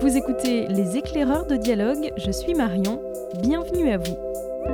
Vous écoutez Les éclaireurs de dialogue, je suis Marion, bienvenue à vous.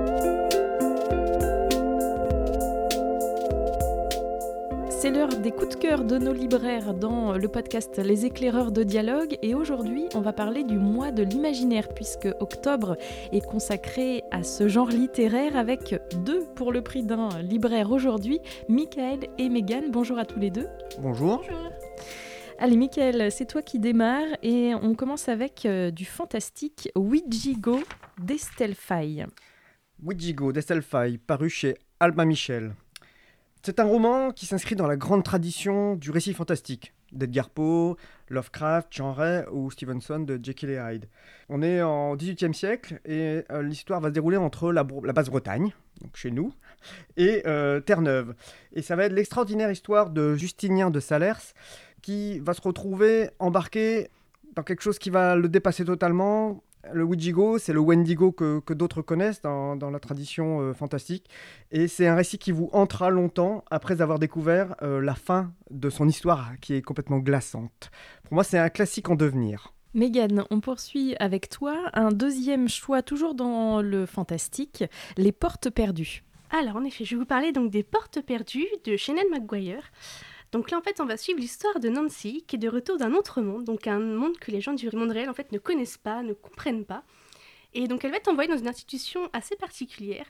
C'est l'heure des coups de cœur de nos libraires dans le podcast Les éclaireurs de dialogue et aujourd'hui on va parler du mois de l'imaginaire puisque octobre est consacré à ce genre littéraire avec 2 pour le prix d'un libraire aujourd'hui, Michael et Mégane. Bonjour à tous les deux. Bonjour. Bonjour. Allez Michael, c'est toi qui démarre et on commence avec du fantastique Ouijigo d'Estelle Faye. Ouijigo d'Estelle Faye, paru chez Albin Michel. C'est un roman qui s'inscrit dans la grande tradition du récit fantastique d'Edgar Poe, Lovecraft, Jean Ray ou Stevenson de Jekyll et Hyde. On est en XVIIIe siècle et l'histoire va se dérouler entre la Basse-Bretagne, donc chez nous, et Terre-Neuve. Et ça va être l'extraordinaire histoire de Justinien de Salers qui va se retrouver embarqué dans quelque chose qui va le dépasser totalement. Le Ouijigo, c'est le Wendigo que d'autres connaissent dans la tradition fantastique. Et c'est un récit qui vous hantera longtemps après avoir découvert la fin de son histoire qui est complètement glaçante. Pour moi, c'est un classique en devenir. Mégane, on poursuit avec toi un deuxième choix, toujours dans le fantastique, Les Portes Perdues. Alors en effet, je vais vous parler donc des Portes Perdues de Shannon McGuire. Donc là, en fait, on va suivre l'histoire de Nancy, qui est de retour d'un autre monde, donc un monde que les gens du monde réel, en fait, ne connaissent pas, ne comprennent pas. Et donc, elle va être envoyée dans une institution assez particulière,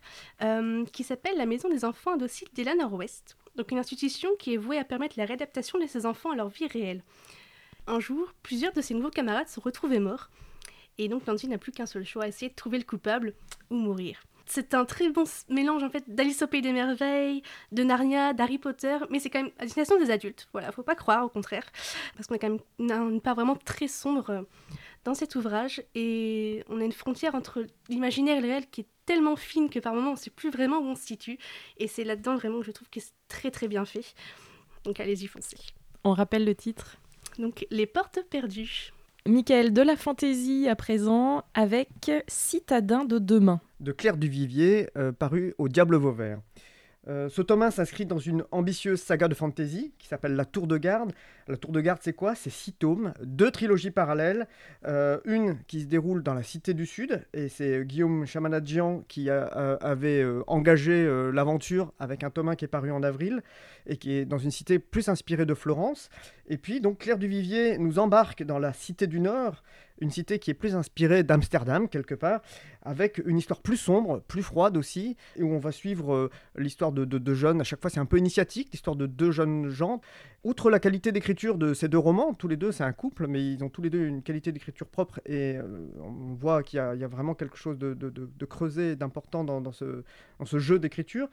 qui s'appelle la Maison des Enfants Indociles d'Ela Nord-Ouest. Donc, une institution qui est vouée à permettre la réadaptation de ces enfants à leur vie réelle. Un jour, plusieurs de ses nouveaux camarades sont retrouvés morts. Et donc, Nancy n'a plus qu'un seul choix, essayer de trouver le coupable ou mourir. C'est un très bon mélange en fait d'Alice au Pays des Merveilles, de Narnia, d'Harry Potter, mais c'est quand même à destination des adultes. Voilà, faut pas croire, au contraire, parce qu'on a quand même une part vraiment très sombre dans cet ouvrage et on a une frontière entre l'imaginaire et le réel qui est tellement fine que par moments on ne sait plus vraiment où on se situe. Et c'est là-dedans vraiment que je trouve que c'est très très bien fait. Donc allez-y, foncez. On rappelle le titre. Donc Les Portes Perdues. Michael, de la fantaisie à présent avec Citadin de demain. De Claire Duvivier, paru au Diable Vauvert. Ce tome 1 s'inscrit dans une ambitieuse saga de fantasy qui s'appelle La Tour de Garde. La Tour de Garde, c'est quoi ? C'est 6 tomes, 2 trilogies parallèles. Une qui se déroule dans la Cité du Sud, et c'est Guillaume Chamanadjian qui avait engagé l'aventure avec un tome 1 qui est paru en avril, et qui est dans une cité plus inspirée de Florence. Et puis, donc, Claire Duvivier nous embarque dans la Cité du Nord, une cité qui est plus inspirée d'Amsterdam, quelque part, avec une histoire plus sombre, plus froide aussi, et où on va suivre l'histoire de jeunes. À chaque fois, c'est un peu initiatique, l'histoire de 2 jeunes gens. Outre la qualité d'écriture de ces 2 romans, tous les 2, c'est un couple, mais ils ont tous les 2 une qualité d'écriture propre, et on voit qu'il y a vraiment quelque chose de creusé, d'important dans ce jeu d'écriture.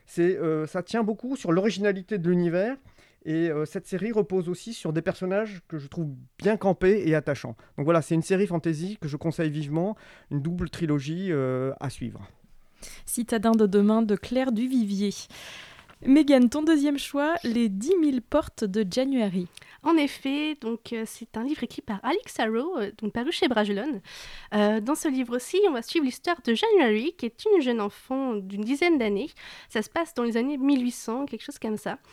Ça tient beaucoup sur l'originalité de l'univers. Et cette série repose aussi sur des personnages que je trouve bien campés et attachants. Donc voilà, c'est une série fantasy que je conseille vivement, une double trilogie à suivre. Citadin de demain de Claire Duvivier. Mégane, ton deuxième choix, Les 10 000 portes de January. En effet, donc c'est un livre écrit par Alix Harrow, donc paru chez Bragelonne. Dans ce livre-ci, on va suivre l'histoire de January, qui est une jeune enfant d'une dizaine d'années. Ça se passe dans les années 1800, quelque chose comme ça.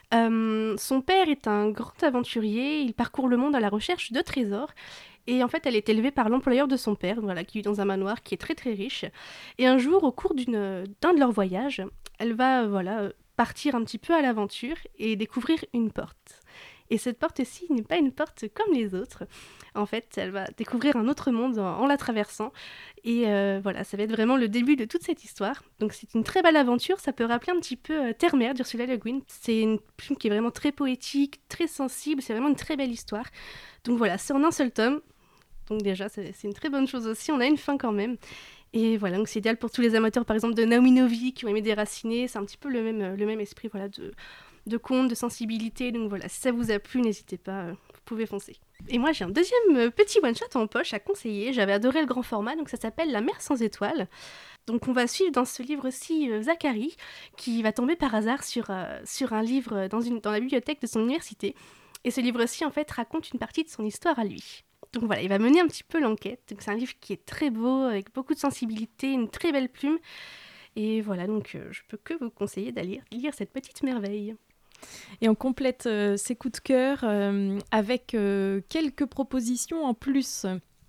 Son père est un grand aventurier, il parcourt le monde à la recherche de trésors. Et en fait, elle est élevée par l'employeur de son père, voilà, qui vit dans un manoir qui est très très riche. Et un jour, au cours d'un de leurs voyages, elle va partir un petit peu à l'aventure et découvrir une porte. Et cette porte-ci n'est pas une porte comme les autres. En fait, elle va découvrir un autre monde en la traversant. Et ça va être vraiment le début de toute cette histoire. Donc c'est une très belle aventure, ça peut rappeler un petit peu Terre-Mer d'Ursula Le Guin. C'est une plume qui est vraiment très poétique, très sensible, c'est vraiment une très belle histoire. Donc voilà, c'est en un seul tome. Donc déjà, c'est une très bonne chose aussi, on a une fin quand même. Et voilà, donc c'est idéal pour tous les amateurs, par exemple, de Naomi Novy, qui ont aimé Déraciné. C'est un petit peu le même esprit, voilà, de conte, de sensibilité. Donc voilà, si ça vous a plu, n'hésitez pas, vous pouvez foncer. Et moi, j'ai un deuxième petit one-shot en poche à conseiller. J'avais adoré le grand format, donc ça s'appelle La mer sans étoiles. Donc on va suivre dans ce livre-ci Zachary, qui va tomber par hasard sur un livre dans la bibliothèque de son université. Et ce livre-ci, en fait, raconte une partie de son histoire à lui. Donc voilà, il va mener un petit peu l'enquête. Donc c'est un livre qui est très beau, avec beaucoup de sensibilité, une très belle plume. Et voilà, donc je peux que vous conseiller d'aller lire cette petite merveille. Et on complète ces coups de cœur avec quelques propositions en plus.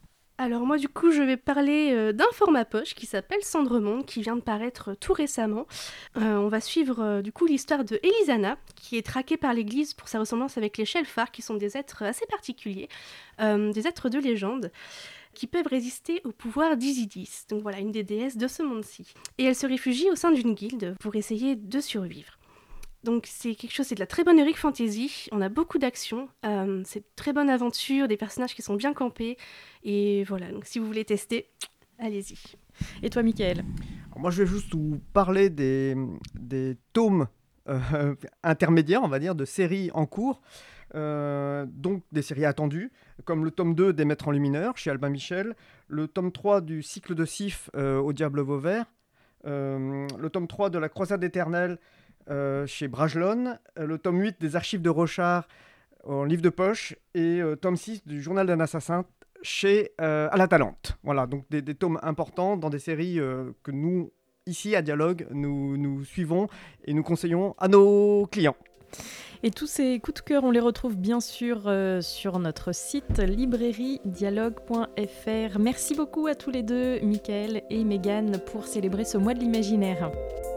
Alors moi du coup je vais parler d'un format poche qui s'appelle Cendremonde qui vient de paraître tout récemment. On va suivre du coup l'histoire de Elisana qui est traquée par l'église pour sa ressemblance avec les Shelfar qui sont des êtres assez particuliers, des êtres de légende qui peuvent résister au pouvoir d'Isidis, donc voilà une des déesses de ce monde-ci. Et elle se réfugie au sein d'une guilde pour essayer de survivre. Donc c'est de la très bonne heroic fantasy, on a beaucoup d'action, c'est une très bonne aventure, des personnages qui sont bien campés, et voilà, donc si vous voulez tester, allez-y. Et toi, Mickaël ? Moi, je vais juste vous parler des tomes intermédiaires, on va dire, de séries en cours, donc des séries attendues, comme le tome 2 des Maîtres Enlumineurs, chez Albin Michel, le tome 3 du cycle de Sif au Diable Vauvert, le tome 3 de la Croisade éternelle, chez Bragelonne, le tome 8 des Archives de Rochard en livre de poche et tome 6 du Journal d'un assassin chez À la Talente. Voilà, donc des tomes importants dans des séries que nous, ici à Dialogue, nous suivons et nous conseillons à nos clients. Et tous ces coups de cœur, on les retrouve bien sûr sur notre site librairiedialogue.fr. Merci beaucoup à tous les deux, Mickaël et Mégane, pour célébrer ce mois de l'imaginaire.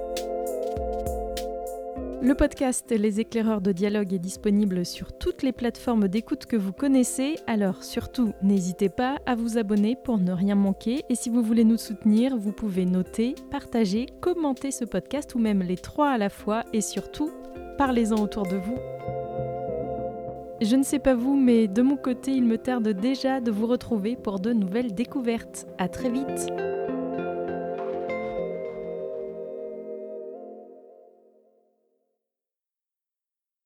Le podcast Les éclaireurs de dialogue est disponible sur toutes les plateformes d'écoute que vous connaissez, alors surtout n'hésitez pas à vous abonner pour ne rien manquer, et si vous voulez nous soutenir, vous pouvez noter, partager, commenter ce podcast ou même les 3 à la fois, et surtout, parlez-en autour de vous. Je ne sais pas vous, mais de mon côté, il me tarde déjà de vous retrouver pour de nouvelles découvertes. À très vite.